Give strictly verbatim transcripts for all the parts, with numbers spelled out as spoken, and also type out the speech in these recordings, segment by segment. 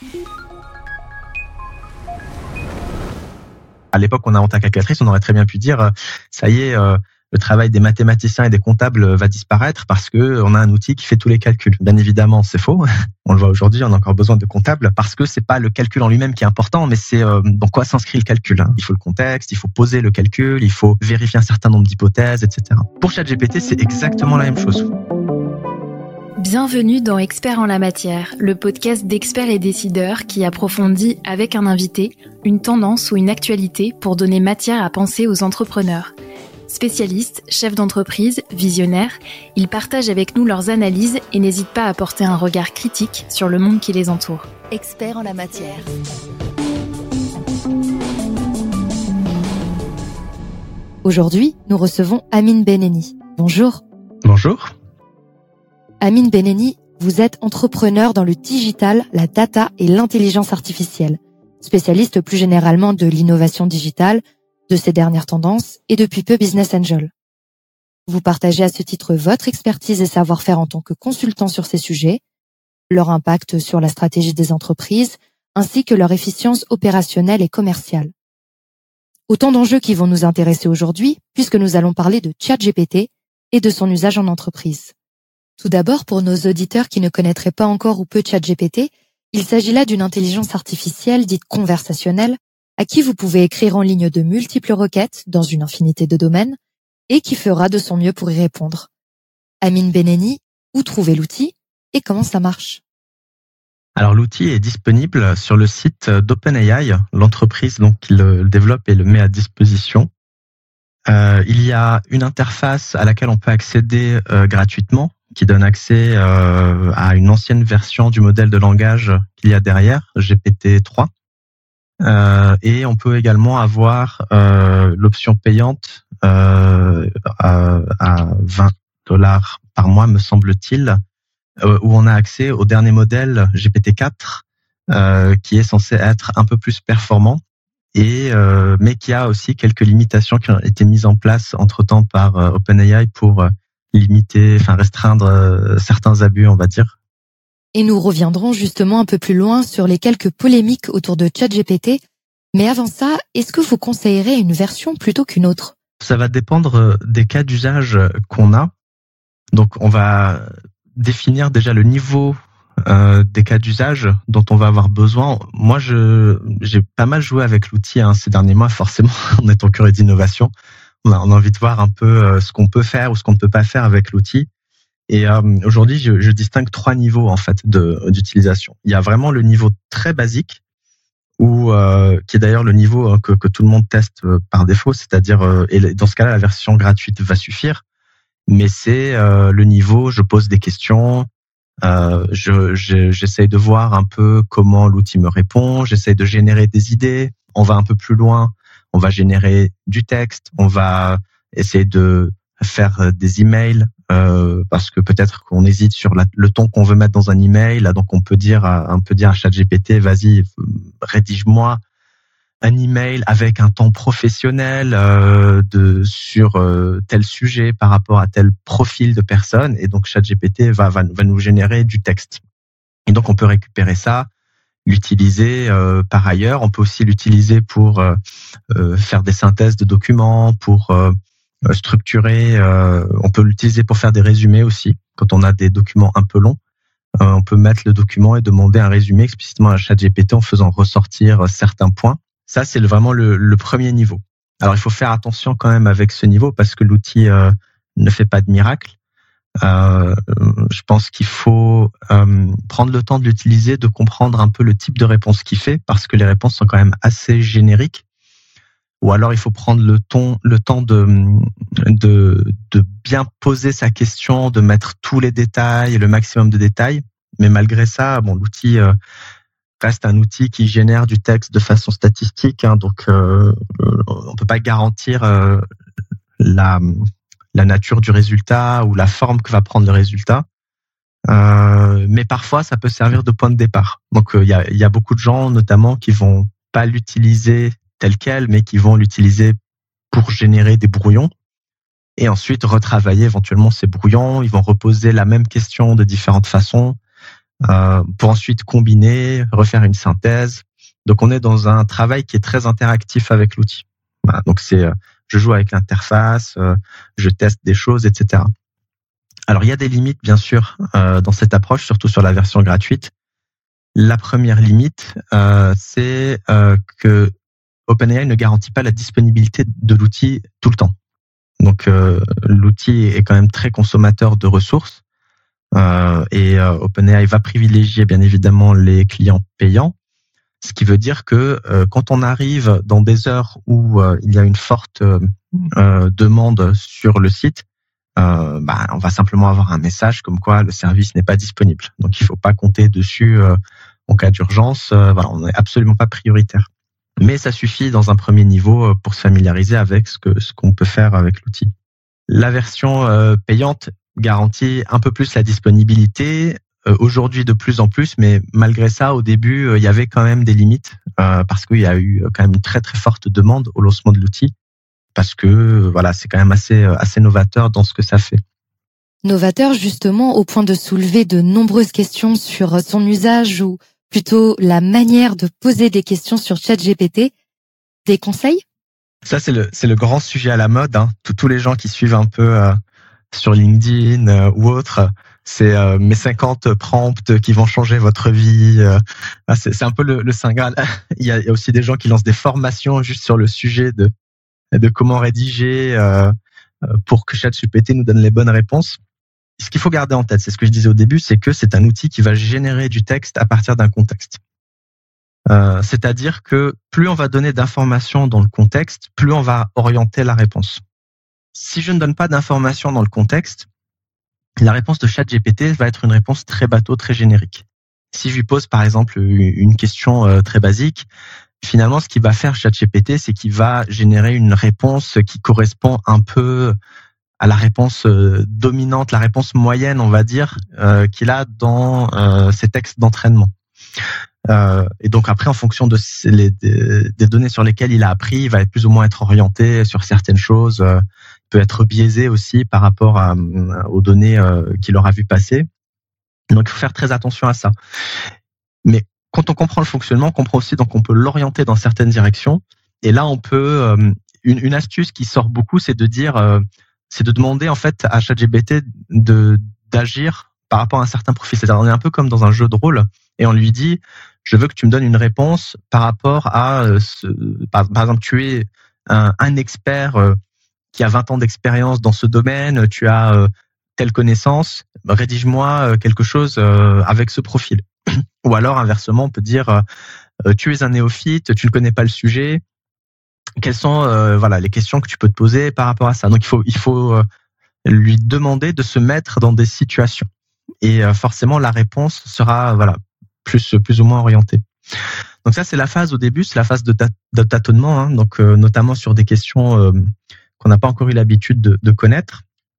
À l'époque, on a inventé la calculatrice, on aurait très bien pu dire, euh, ça y est, euh, le travail des mathématiciens et des comptables va disparaître parce que on a un outil qui fait tous les calculs. Bien évidemment, c'est faux. On le voit aujourd'hui, on a encore besoin de comptables parce que c'est pas le calcul en lui-même qui est important, mais c'est euh, dans quoi s'inscrit le calcul. Hein. Il faut le contexte, il faut poser le calcul, il faut vérifier un certain nombre d'hypothèses, et cetera. Pour ChatGPT, c'est exactement la même chose. Bienvenue dans Experts en la matière, le podcast d'experts et décideurs qui approfondit avec un invité une tendance ou une actualité pour donner matière à penser aux entrepreneurs. Spécialistes, chefs d'entreprise, visionnaires, ils partagent avec nous leurs analyses et n'hésitent pas à porter un regard critique sur le monde qui les entoure. Experts en la matière. Aujourd'hui, nous recevons Amine Benenni. Bonjour. Bonjour. Amine Benenni, vous êtes entrepreneur dans le digital, la data et l'intelligence artificielle, spécialiste plus généralement de l'innovation digitale, de ces dernières tendances et depuis peu Business Angel. Vous partagez à ce titre votre expertise et savoir-faire en tant que consultant sur ces sujets, leur impact sur la stratégie des entreprises, ainsi que leur efficience opérationnelle et commerciale. Autant d'enjeux qui vont nous intéresser aujourd'hui, puisque nous allons parler de ChatGPT et de son usage en entreprise. Tout d'abord, pour nos auditeurs qui ne connaîtraient pas encore ou peu ChatGPT, il s'agit là d'une intelligence artificielle dite conversationnelle, à qui vous pouvez écrire en ligne de multiples requêtes dans une infinité de domaines, et qui fera de son mieux pour y répondre. Amine Benenni, où trouver l'outil et comment ça marche? Alors l'outil est disponible sur le site d'OpenAI, l'entreprise donc qui le développe et le met à disposition. Euh, il y a une interface à laquelle on peut accéder euh, gratuitement, qui donne accès euh, à une ancienne version du modèle de langage qu'il y a derrière, G P T trois. Euh, et on peut également avoir euh, l'option payante euh, à, à vingt dollars par mois, me semble-t-il, euh, où on a accès au dernier modèle G P T quatre, euh, qui est censé être un peu plus performant, et euh, mais qui a aussi quelques limitations qui ont été mises en place entre-temps par euh, OpenAI pour euh, limiter, enfin restreindre euh, certains abus, on va dire. Et nous reviendrons justement un peu plus loin sur les quelques polémiques autour de ChatGPT. Mais avant ça, est-ce que vous conseillerez une version plutôt qu'une autre? Ça va dépendre des cas d'usage qu'on a. Donc, on va définir déjà le niveau euh, des cas d'usage dont on va avoir besoin. Moi, je j'ai pas mal joué avec l'outil hein, ces derniers mois, forcément, en étant curieux d'innovation. On a, on a envie de voir un peu euh, ce qu'on peut faire ou ce qu'on ne peut pas faire avec l'outil. Et euh, aujourd'hui, je, je distingue trois niveaux en fait de d'utilisation. Il y a vraiment le niveau très basique, ou euh, qui est d'ailleurs le niveau que, que tout le monde teste euh, par défaut, c'est-à-dire euh, et dans ce cas-là, la version gratuite va suffire. Mais c'est euh, le niveau, je pose des questions, euh, je, je j'essaye de voir un peu comment l'outil me répond, j'essaye de générer des idées. On va un peu plus loin, on va générer du texte, on va essayer de faire des emails. Euh, parce que peut-être qu'on hésite sur la, le ton qu'on veut mettre dans un email. Là, donc on peut dire, à, on peut dire à ChatGPT, vas-y, rédige-moi un email avec un ton professionnel euh, de sur euh, tel sujet par rapport à tel profil de personne. Et donc ChatGPT va, va va nous générer du texte. Et donc on peut récupérer ça, l'utiliser euh, par ailleurs. On peut aussi l'utiliser pour euh, euh, faire des synthèses de documents, pour euh, structuré, euh, on peut l'utiliser pour faire des résumés aussi. Quand on a des documents un peu longs, euh, on peut mettre le document et demander un résumé explicitement à ChatGPT en faisant ressortir certains points. Ça, c'est vraiment le, le premier niveau. Alors, il faut faire attention quand même avec ce niveau parce que l'outil euh, ne fait pas de miracle. Euh, je pense qu'il faut euh, prendre le temps de l'utiliser, de comprendre un peu le type de réponse qu'il fait parce que les réponses sont quand même assez génériques. Ou alors il faut prendre le ton, le temps de, de, de bien poser sa question, de mettre tous les détails, le maximum de détails. Mais malgré ça, bon, l'outil euh, reste un outil qui génère du texte de façon statistique, hein, donc euh, on peut pas garantir euh, la, la nature du résultat ou la forme que va prendre le résultat. Euh, mais parfois, ça peut servir de point de départ. Donc il euh, y a, y a beaucoup de gens, notamment, qui vont pas l'utiliser tel quel, mais qui vont l'utiliser pour générer des brouillons et ensuite retravailler éventuellement ces brouillons. Ils vont reposer la même question de différentes façons. euh, pour ensuite combiner, refaire une synthèse. Donc on est dans un travail qui est très interactif avec l'outil. Voilà, donc c'est, je joue avec l'interface, euh, je teste des choses, et cetera. Alors il y a des limites bien sûr euh, dans cette approche, surtout sur la version gratuite. La première limite, euh, c'est euh, que OpenAI ne garantit pas la disponibilité de l'outil tout le temps. Donc euh, l'outil est quand même très consommateur de ressources euh, et euh, OpenAI va privilégier bien évidemment les clients payants, ce qui veut dire que euh, quand on arrive dans des heures où euh, il y a une forte euh, demande sur le site, euh, bah, on va simplement avoir un message comme quoi le service n'est pas disponible. Donc il ne faut pas compter dessus euh, en cas d'urgence. Euh, voilà, on n'est absolument pas prioritaire. Mais ça suffit dans un premier niveau pour se familiariser avec ce que ce qu'on peut faire avec l'outil. La version euh, payante garantit un peu plus la disponibilité, euh, aujourd'hui de plus en plus, mais malgré ça, au début, euh, il y avait quand même des limites, euh, parce qu'il y a eu quand même une très très forte demande au lancement de l'outil, parce que euh, voilà, c'est quand même assez, assez novateur dans ce que ça fait. Novateur justement au point de soulever de nombreuses questions sur son usage ou plutôt la manière de poser des questions sur ChatGPT. Des conseils ? Ça, c'est le, c'est le grand sujet à la mode. Hein. Tous, tous les gens qui suivent un peu euh, sur LinkedIn euh, ou autre, c'est euh, mes cinquante prompts qui vont changer votre vie. Euh, c'est, c'est un peu le, le Saint Graal. il, y a, il y a aussi des gens qui lancent des formations juste sur le sujet de, de comment rédiger euh, pour que ChatGPT nous donne les bonnes réponses. Ce qu'il faut garder en tête, c'est ce que je disais au début, c'est que c'est un outil qui va générer du texte à partir d'un contexte. Euh, c'est-à-dire que plus on va donner d'informations dans le contexte, plus on va orienter la réponse. Si je ne donne pas d'informations dans le contexte, la réponse de ChatGPT va être une réponse très bateau, très générique. Si je lui pose par exemple une question euh, très basique, finalement ce qu'il va faire ChatGPT, c'est qu'il va générer une réponse qui correspond un peu à la réponse euh, dominante, la réponse moyenne, on va dire, euh, qu'il a dans euh, ses textes d'entraînement. Euh, et donc après, en fonction de les, des, des données sur lesquelles il a appris, il va être plus ou moins être orienté sur certaines choses. Euh, il peut être biaisé aussi par rapport à, aux données euh, qu'il aura vu passer. Donc il faut faire très attention à ça. Mais quand on comprend le fonctionnement, on comprend aussi donc on peut l'orienter dans certaines directions. Et là, on peut euh, une, une astuce qui sort beaucoup, c'est de dire euh, c'est de demander en fait à ChatGPT de d'agir par rapport à un certain profil. C'est-à-dire, on est un peu comme dans un jeu de rôle et on lui dit, je veux que tu me donnes une réponse par rapport à, ce, par, par exemple, tu es un, un expert euh, qui a vingt ans d'expérience dans ce domaine, tu as euh, telle connaissance, rédige-moi quelque chose euh, avec ce profil. Ou alors, inversement, on peut dire, euh, tu es un néophyte, tu ne connais pas le sujet. Quelles sont euh, voilà les questions que tu peux te poser par rapport à ça. Donc il faut il faut euh, lui demander de se mettre dans des situations et euh, forcément la réponse sera voilà plus plus ou moins orientée. Donc ça c'est la phase au début, c'est la phase de, ta, de tâtonnement, hein, donc euh, notamment sur des questions euh, qu'on n'a pas encore eu l'habitude de, de connaître.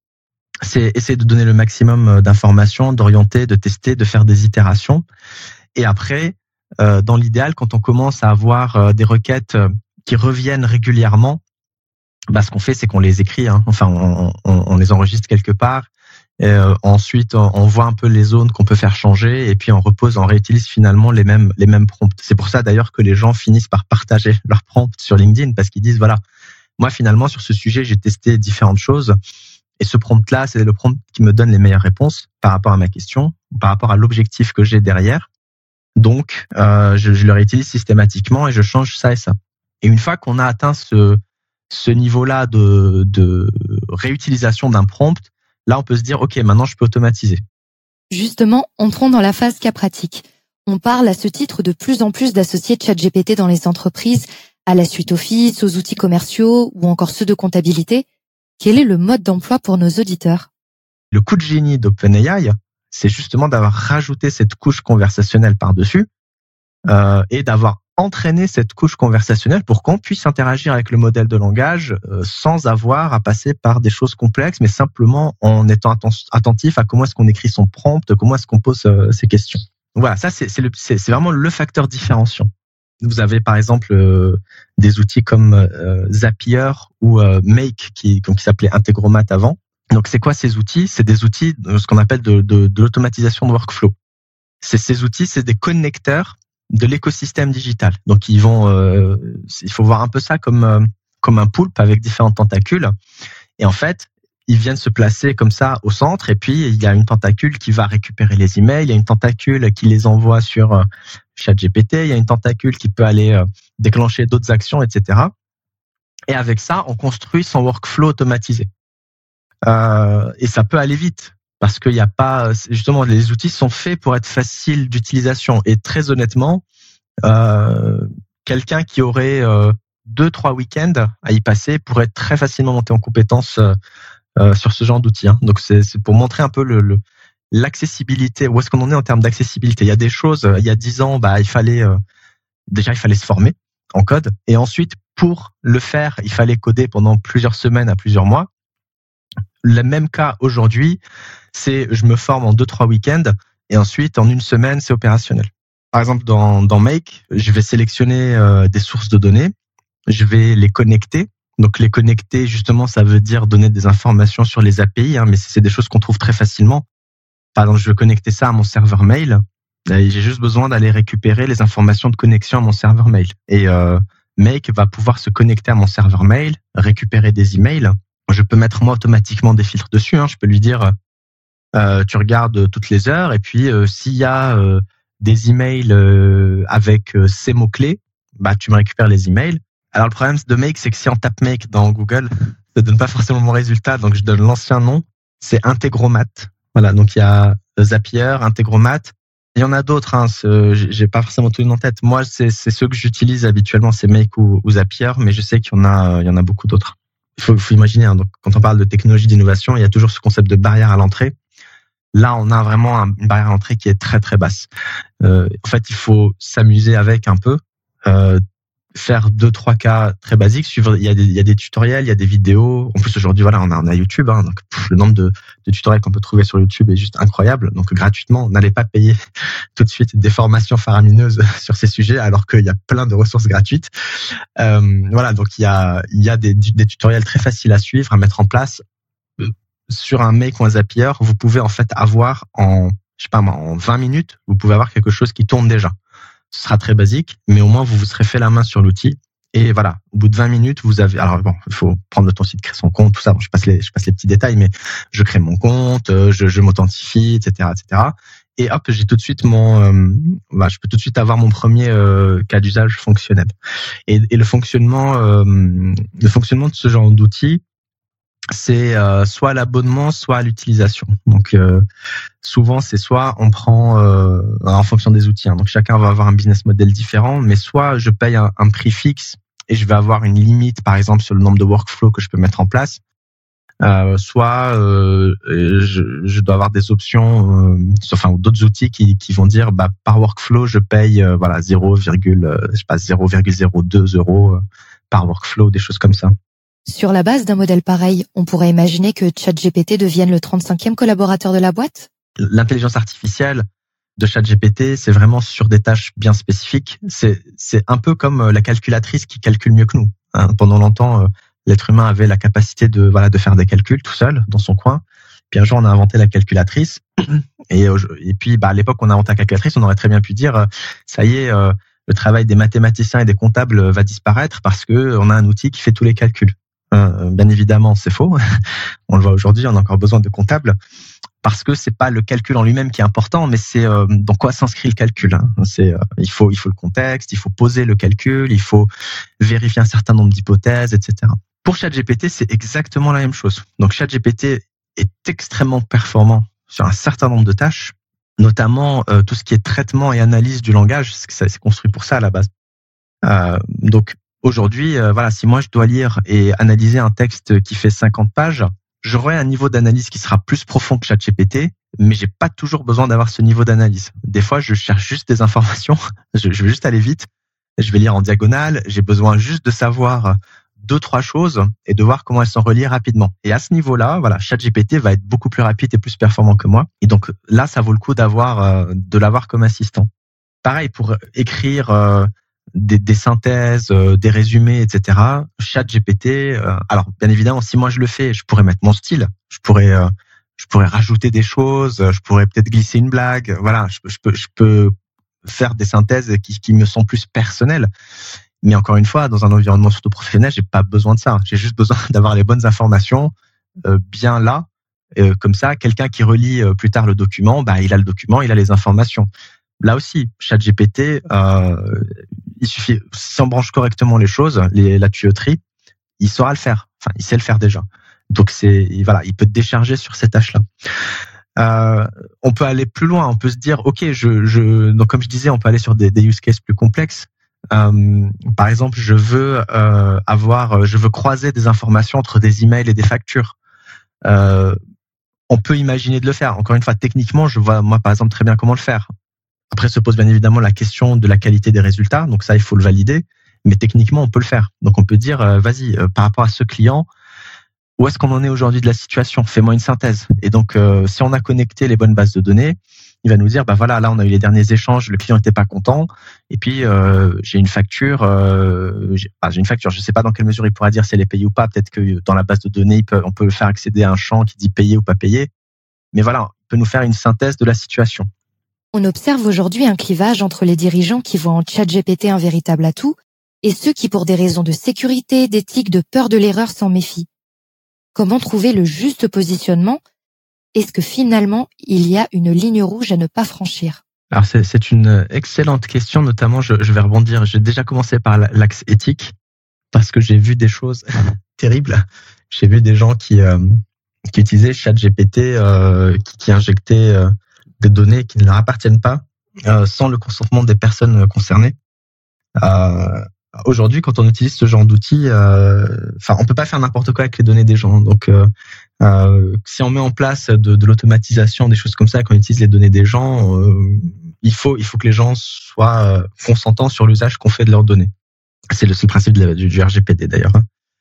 C'est essayer de donner le maximum d'informations, d'orienter, de tester, de faire des itérations. Et après, euh, dans l'idéal, quand on commence à avoir euh, des requêtes euh, qui reviennent régulièrement, bah, ce qu'on fait, c'est qu'on les écrit, hein. Enfin, on, on, on les enregistre quelque part. Et, euh, ensuite, on, on voit un peu les zones qu'on peut faire changer, et puis on repose, on réutilise finalement les mêmes les mêmes prompts. C'est pour ça d'ailleurs que les gens finissent par partager leurs prompts sur LinkedIn, parce qu'ils disent voilà, moi finalement sur ce sujet, j'ai testé différentes choses, et ce prompt-là, c'est le prompt qui me donne les meilleures réponses par rapport à ma question, par rapport à l'objectif que j'ai derrière. Donc, euh, je, je le réutilise systématiquement et je change ça et ça. Et une fois qu'on a atteint ce, ce niveau-là de, de réutilisation d'un prompt, là, on peut se dire, OK, maintenant, je peux automatiser. Justement, entrons dans la phase cas pratique. On parle à ce titre de plus en plus d'associer ChatGPT dans les entreprises à la suite Office, aux outils commerciaux ou encore ceux de comptabilité. Quel est le mode d'emploi pour nos auditeurs ? Le coup de génie d'OpenAI, c'est justement d'avoir rajouté cette couche conversationnelle par-dessus euh, et d'avoir entraîné cette couche conversationnelle pour qu'on puisse interagir avec le modèle de langage euh, sans avoir à passer par des choses complexes, mais simplement en étant atten- attentif à comment est-ce qu'on écrit son prompt, comment est-ce qu'on pose euh, ses questions. Voilà, ça c'est, c'est, le, c'est, c'est vraiment le facteur différenciant. Vous avez par exemple euh, des outils comme euh, Zapier ou euh, Make qui, qui s'appelait Integromat avant. Donc c'est quoi ces outils ? C'est des outils, ce qu'on appelle de, de, de l'automatisation de workflow. c'est ces outils, c'est des connecteurs de l'écosystème digital. Donc ils vont, euh, il faut voir un peu ça comme euh, comme un poulpe avec différents tentacules. Et en fait, ils viennent se placer comme ça au centre. Et puis il y a une tentacule qui va récupérer les emails. Il y a une tentacule qui les envoie sur euh, ChatGPT. Il y a une tentacule qui peut aller euh, déclencher d'autres actions, et cetera. Et avec ça, on construit son workflow automatisé. Euh, et ça peut aller vite. Parce qu'il n'y a pas, justement, les outils sont faits pour être faciles d'utilisation. Et très honnêtement, euh, quelqu'un qui aurait euh, deux, trois week-ends à y passer pourrait très facilement monter en compétence euh, sur ce genre d'outils. Hein. Donc c'est, c'est pour montrer un peu le, le, l'accessibilité. Où est-ce qu'on en est en termes d'accessibilité ? Il y a des choses. Il y a dix ans, bah il fallait euh, déjà il fallait se former en code, et ensuite pour le faire, il fallait coder pendant plusieurs semaines à plusieurs mois. Le même cas aujourd'hui, c'est je me forme en deux, trois week-ends et ensuite en une semaine, c'est opérationnel. Par exemple, dans, dans Make, je vais sélectionner euh, des sources de données, je vais les connecter. Donc les connecter, justement, ça veut dire donner des informations sur les A P I, hein, mais c'est des choses qu'on trouve très facilement. Par exemple, je veux connecter ça à mon serveur mail et j'ai juste besoin d'aller récupérer les informations de connexion à mon serveur mail. Et euh, Make va pouvoir se connecter à mon serveur mail, récupérer des emails. Je peux mettre moi automatiquement des filtres dessus. Hein. Je peux lui dire, euh, tu regardes toutes les heures et puis euh, s'il y a euh, des emails euh, avec euh, ces mots-clés, bah tu me récupères les emails. Alors le problème de Make, c'est que si on tape Make dans Google, ça donne pas forcément mon résultat. Donc je donne l'ancien nom, c'est Integromat. Voilà, donc il y a Zapier, Integromat. Il y en a d'autres. Hein, j'ai pas forcément tout en tête. Moi, c'est, c'est ceux que j'utilise habituellement, c'est Make ou, ou Zapier, mais je sais qu'il y en a, il y en a beaucoup d'autres. Il faut, faut imaginer, hein, donc, quand on parle de technologie d'innovation, il y a toujours ce concept de barrière à l'entrée. Là, on a vraiment un, une barrière à l'entrée qui est très, très basse. Euh, en fait, il faut s'amuser avec un peu, euh, faire deux, trois cas très basiques. Suivre, il y a des, il y a des tutoriels, il y a des vidéos. En plus, aujourd'hui, voilà, on a, on a YouTube, hein, donc pff, le nombre de, de tutoriels qu'on peut trouver sur YouTube est juste incroyable. Donc, gratuitement, n'allez pas payer tout de suite des formations faramineuses sur ces sujets, alors qu'il y a plein de ressources gratuites. Euh, voilà, donc il y a, il y a des, des tutoriels très faciles à suivre, à mettre en place. Sur un Make ou un Zapier, vous pouvez en fait avoir en, je sais pas moi, en vingt minutes, vous pouvez avoir quelque chose qui tourne déjà. Ce sera très basique, mais au moins vous vous serez fait la main sur l'outil. Et voilà, au bout de vingt minutes, vous avez. Alors bon, il faut prendre le temps aussi de créer son compte, tout ça. Bon, je passe les, je passe les petits détails, mais je crée mon compte, je, je m'authentifie, et cetera, et cetera. Et hop, j'ai tout de suite mon. Euh, bah, je peux tout de suite avoir mon premier euh, cas d'usage fonctionnel. Et, et le fonctionnement, euh, le fonctionnement de ce genre d'outil, c'est euh, soit à l'abonnement, soit à l'utilisation. Donc euh, souvent c'est soit on prend euh, en fonction des outils. Hein, donc chacun va avoir un business model différent, mais soit je paye un, un prix fixe et je vais avoir une limite, par exemple sur le nombre de workflows que je peux mettre en place. Euh, soit euh, je, je dois avoir des options, euh, enfin d'autres outils qui, qui vont dire bah par workflow je paye euh, voilà zéro virgule je sais pas zéro virgule zéro deux euros par workflow, des choses comme ça. Sur la base d'un modèle pareil, on pourrait imaginer que ChatGPT devienne le trente-cinquième collaborateur de la boîte ? L'intelligence artificielle de ChatGPT, c'est vraiment sur des tâches bien spécifiques. C'est, c'est un peu comme la calculatrice qui calcule mieux que nous. Hein, pendant longtemps, l'être humain avait la capacité de, voilà, de faire des calculs tout seul, dans son coin. Puis un jour, on a inventé la calculatrice. Et, et puis, bah, à l'époque, on a inventé la calculatrice, on aurait très bien pu dire, ça y est, euh, le travail des mathématiciens et des comptables va disparaître parce que on a un outil qui fait tous les calculs. Euh, bien évidemment, c'est faux. On le voit aujourd'hui, on a encore besoin de comptables parce que c'est pas le calcul en lui-même qui est important, mais c'est euh, dans quoi s'inscrit le calcul. Hein. C'est, euh, il faut, il faut le contexte, il faut poser le calcul, il faut vérifier un certain nombre d'hypothèses, et cetera. Pour ChatGPT, c'est exactement la même chose. Donc, ChatGPT est extrêmement performant sur un certain nombre de tâches, notamment euh, tout ce qui est traitement et analyse du langage. C'est, c'est construit pour ça à la base. Euh, donc Aujourd'hui, euh, voilà, si moi je dois lire et analyser un texte qui fait cinquante pages, j'aurai un niveau d'analyse qui sera plus profond que ChatGPT, mais j'ai pas toujours besoin d'avoir ce niveau d'analyse. Des fois, je cherche juste des informations, je, je veux juste aller vite, je vais lire en diagonale, j'ai besoin juste de savoir deux, trois choses et de voir comment elles sont reliées rapidement. Et à ce niveau-là, voilà, ChatGPT va être beaucoup plus rapide et plus performant que moi. Et donc là, ça vaut le coup d'avoir, euh, de l'avoir comme assistant. Pareil, pour écrire euh, Des, des synthèses, euh, des résumés, et cetera. ChatGPT, euh, alors bien évidemment, si moi je le fais, je pourrais mettre mon style, je pourrais euh, je pourrais rajouter des choses, je pourrais peut-être glisser une blague. Voilà, je, je peux, je peux faire des synthèses qui, qui me sont plus personnelles. Mais encore une fois, dans un environnement surtout professionnel, j'ai pas besoin de ça. J'ai juste besoin d'avoir les bonnes informations euh, bien là. Euh, comme ça, quelqu'un qui relit euh, plus tard le document, bah, il a le document, il a les informations. Là aussi, ChatGPT, euh, il suffit, si on branche correctement les choses, les, la tuyauterie, il saura le faire. Enfin, il sait le faire déjà. Donc c'est, voilà, il peut te décharger sur ces tâches-là. Euh, on peut aller plus loin. On peut se dire, ok, je, je, donc comme je disais, on peut aller sur des, des use cases plus complexes. Euh, par exemple, je veux euh, avoir, je veux croiser des informations entre des emails et des factures. Euh, on peut imaginer de le faire. Encore une fois, techniquement, je vois moi par exemple très bien comment le faire. Après, se pose bien évidemment la question de la qualité des résultats. Donc ça, il faut le valider. Mais techniquement, on peut le faire. Donc on peut dire, euh, vas-y, euh, par rapport à ce client, où est-ce qu'on en est aujourd'hui de la situation? Fais-moi une synthèse. Et donc, euh, si on a connecté les bonnes bases de données, il va nous dire, bah voilà, là on a eu les derniers échanges, le client n'était pas content, et puis euh, j'ai une facture, euh, j'ai, ah, j'ai une facture. Je ne sais pas dans quelle mesure il pourra dire si elle est payée ou pas. Peut-être que dans la base de données, il peut, on peut faire accéder à un champ qui dit payé ou pas payé. Mais voilà, il peut nous faire une synthèse de la situation. On observe aujourd'hui un clivage entre les dirigeants qui voient en ChatGPT un véritable atout et ceux qui, pour des raisons de sécurité, d'éthique, de peur de l'erreur, s'en méfient. Comment trouver le juste positionnement? Est-ce que finalement, il y a une ligne rouge à ne pas franchir? Alors c'est, c'est une excellente question, notamment je, je vais rebondir. J'ai déjà commencé par l'axe éthique parce que j'ai vu des choses terribles. J'ai vu des gens qui, euh, qui utilisaient ChatGPT, euh, qui, qui injectaient euh, des données qui ne leur appartiennent pas euh, sans le consentement des personnes concernées. Euh, Aujourd'hui, quand on utilise ce genre d'outils, euh, enfin, on peut pas faire n'importe quoi avec les données des gens. Donc, euh, euh, si on met en place de, de l'automatisation, des choses comme ça, quand on utilise les données des gens, euh, il faut, il faut que les gens soient euh, consentants sur l'usage qu'on fait de leurs données. C'est le, c'est le principe de la, du, du R G P D d'ailleurs.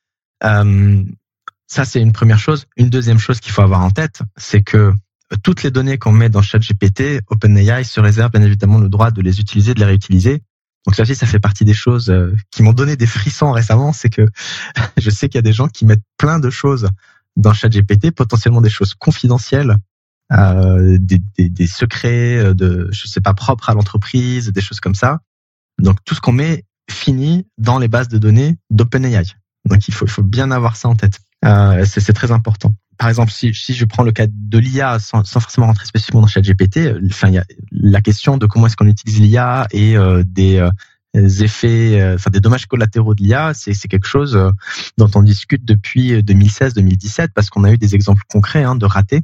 Euh, ça, c'est une première chose. Une deuxième chose qu'il faut avoir en tête, c'est que toutes les données qu'on met dans ChatGPT, OpenAI se réserve bien évidemment le droit de les utiliser, de les réutiliser. Donc ça aussi, ça fait partie des choses qui m'ont donné des frissons récemment, c'est que je sais qu'il y a des gens qui mettent plein de choses dans ChatGPT, potentiellement des choses confidentielles, euh, des, des, des secrets, de, je sais pas, propres à l'entreprise, des choses comme ça. Donc tout ce qu'on met finit dans les bases de données d'OpenAI. Donc il faut, il faut bien avoir ça en tête. Euh, c'est, c'est très important. Par exemple, si, si je prends le cas de l'I A sans, sans forcément rentrer spécifiquement dans ChatGPT, enfin, il y a la question de comment est-ce qu'on utilise l'I A et euh, des, euh, des effets, euh, enfin des dommages collatéraux de l'I A, c'est, c'est quelque chose euh, dont on discute depuis deux mille seize deux mille dix-sept parce qu'on a eu des exemples concrets hein, de ratés,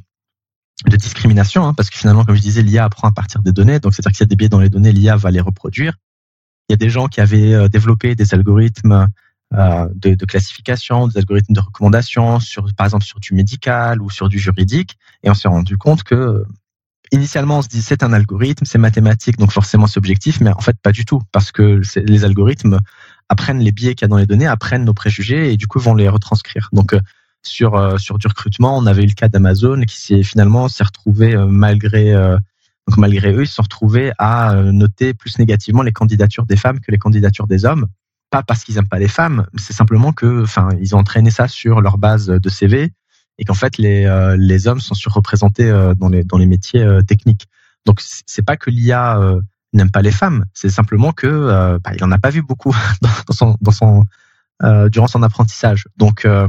de discrimination, hein, parce que finalement, comme je disais, l'I A apprend à partir des données, donc c'est-à-dire qu'il y a des biais dans les données, l'I A va les reproduire. Il y a des gens qui avaient euh, développé des algorithmes Euh, de, de classification, des algorithmes de recommandation, sur, par exemple sur du médical ou sur du juridique, et on s'est rendu compte que initialement on se dit c'est un algorithme, c'est mathématique, donc forcément c'est objectif, mais en fait pas du tout, parce que c'est, les algorithmes apprennent les biais qu'il y a dans les données, apprennent nos préjugés et du coup vont les retranscrire. Donc euh, sur euh, sur du recrutement, on avait eu le cas d'Amazon qui s'est finalement s'est retrouvé euh, malgré euh, donc malgré eux, ils se sont retrouvés à euh, noter plus négativement les candidatures des femmes que les candidatures des hommes. Pas parce qu'ils aiment pas les femmes, c'est simplement que, enfin, ils ont entraîné ça sur leur base de C V et qu'en fait les euh, les hommes sont surreprésentés euh, dans les dans les métiers euh, techniques. Donc c'est pas que l'I A euh, n'aime pas les femmes, c'est simplement que euh, bah, il en a pas vu beaucoup dans, dans son dans son euh, durant son apprentissage. Donc euh,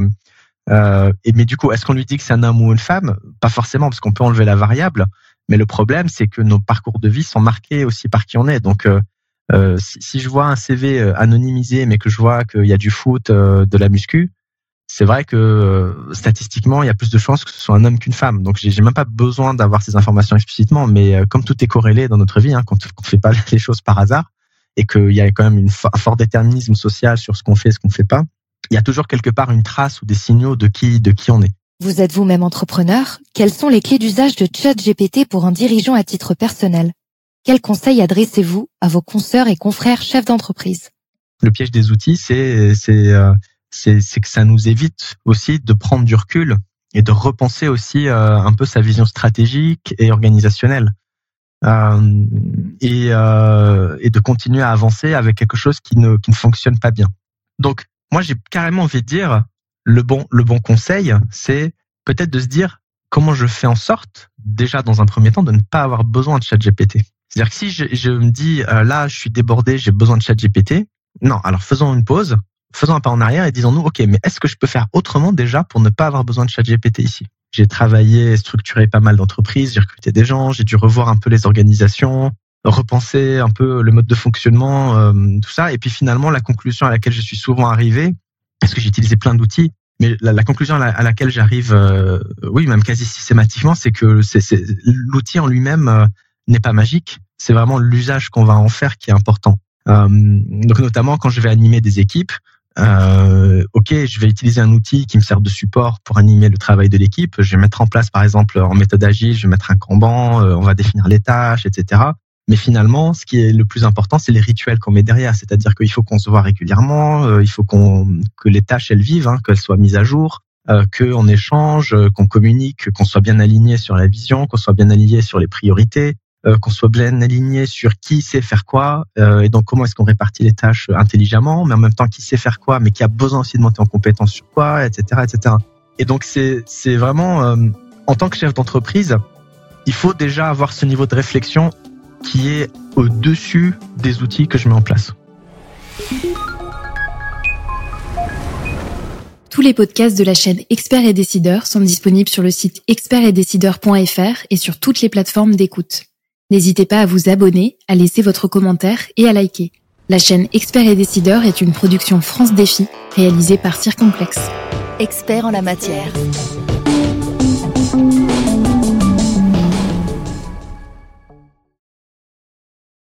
euh, et mais du coup, est-ce qu'on lui dit que c'est un homme ou une femme? Pas forcément, parce qu'on peut enlever la variable. Mais le problème, c'est que nos parcours de vie sont marqués aussi par qui on est. Donc euh, Euh, si, si je vois un C V anonymisé, mais que je vois qu'il y a du foot, euh, de la muscu, c'est vrai que euh, statistiquement, il y a plus de chances que ce soit un homme qu'une femme. Donc, j'ai, j'ai même pas besoin d'avoir ces informations explicitement, mais euh, comme tout est corrélé dans notre vie, hein, quand on fait pas les choses par hasard, et qu'il y a quand même une fo- un fort déterminisme social sur ce qu'on fait et ce qu'on fait pas, il y a toujours quelque part une trace ou des signaux de qui, de qui on est. Vous êtes vous-même entrepreneur? Quelles sont les clés d'usage de ChatGPT pour un dirigeant à titre personnel? Quels conseils adressez-vous à vos consoeurs et confrères chefs d'entreprise? Le piège des outils, c'est, c'est, euh, c'est, c'est que ça nous évite aussi de prendre du recul et de repenser aussi euh, un peu sa vision stratégique et organisationnelle. Euh, et, euh, et de continuer à avancer avec quelque chose qui ne, qui ne fonctionne pas bien. Donc, moi, j'ai carrément envie de dire, le bon, le bon conseil, c'est peut-être de se dire, comment je fais en sorte, déjà dans un premier temps, de ne pas avoir besoin de ChatGPT. C'est-à-dire que si je, je me dis, euh, là, je suis débordé, j'ai besoin de ChatGPT, non, alors faisons une pause, faisons un pas en arrière et disons-nous, ok, mais est-ce que je peux faire autrement déjà pour ne pas avoir besoin de ChatGPT ici? J'ai travaillé, structuré pas mal d'entreprises, j'ai recruté des gens, j'ai dû revoir un peu les organisations, repenser un peu le mode de fonctionnement, euh, tout ça. Et puis finalement, la conclusion à laquelle je suis souvent arrivé, parce que j'ai utilisé plein d'outils, mais la, la conclusion à, la, à laquelle j'arrive, euh, oui, même quasi systématiquement, c'est que c'est, c'est, l'outil en lui-même euh, n'est pas magique. C'est vraiment l'usage qu'on va en faire qui est important. Euh, donc notamment quand je vais animer des équipes, Euh, ok, je vais utiliser un outil qui me sert de support pour animer le travail de l'équipe. Je vais mettre en place, par exemple, en méthode agile, je vais mettre un Kanban, euh, on va définir les tâches, et cetera. Mais finalement, ce qui est le plus important, c'est les rituels qu'on met derrière. C'est-à-dire qu'il faut qu'on se voit régulièrement, euh, il faut qu'on que les tâches elles vivent, hein, qu'elles soient mises à jour, euh, qu'on échange, euh, qu'on communique, qu'on soit bien aligné sur la vision, qu'on soit bien aligné sur les priorités. Euh, qu'on soit bien aligné sur qui sait faire quoi, euh, et donc comment est-ce qu'on répartit les tâches intelligemment, mais en même temps qui sait faire quoi, mais qui a besoin aussi de monter en compétence sur quoi, et cetera, et cetera. Et donc c'est c'est vraiment euh, en tant que chef d'entreprise, il faut déjà avoir ce niveau de réflexion qui est au-dessus des outils que je mets en place. Tous les podcasts de la chaîne Experts et Décideurs sont disponibles sur le site experts et décideurs point f r et sur toutes les plateformes d'écoute. N'hésitez pas à vous abonner, à laisser votre commentaire et à liker. La chaîne Experts et Décideurs est une production France Défi réalisée par Circonplex. Expert en la matière.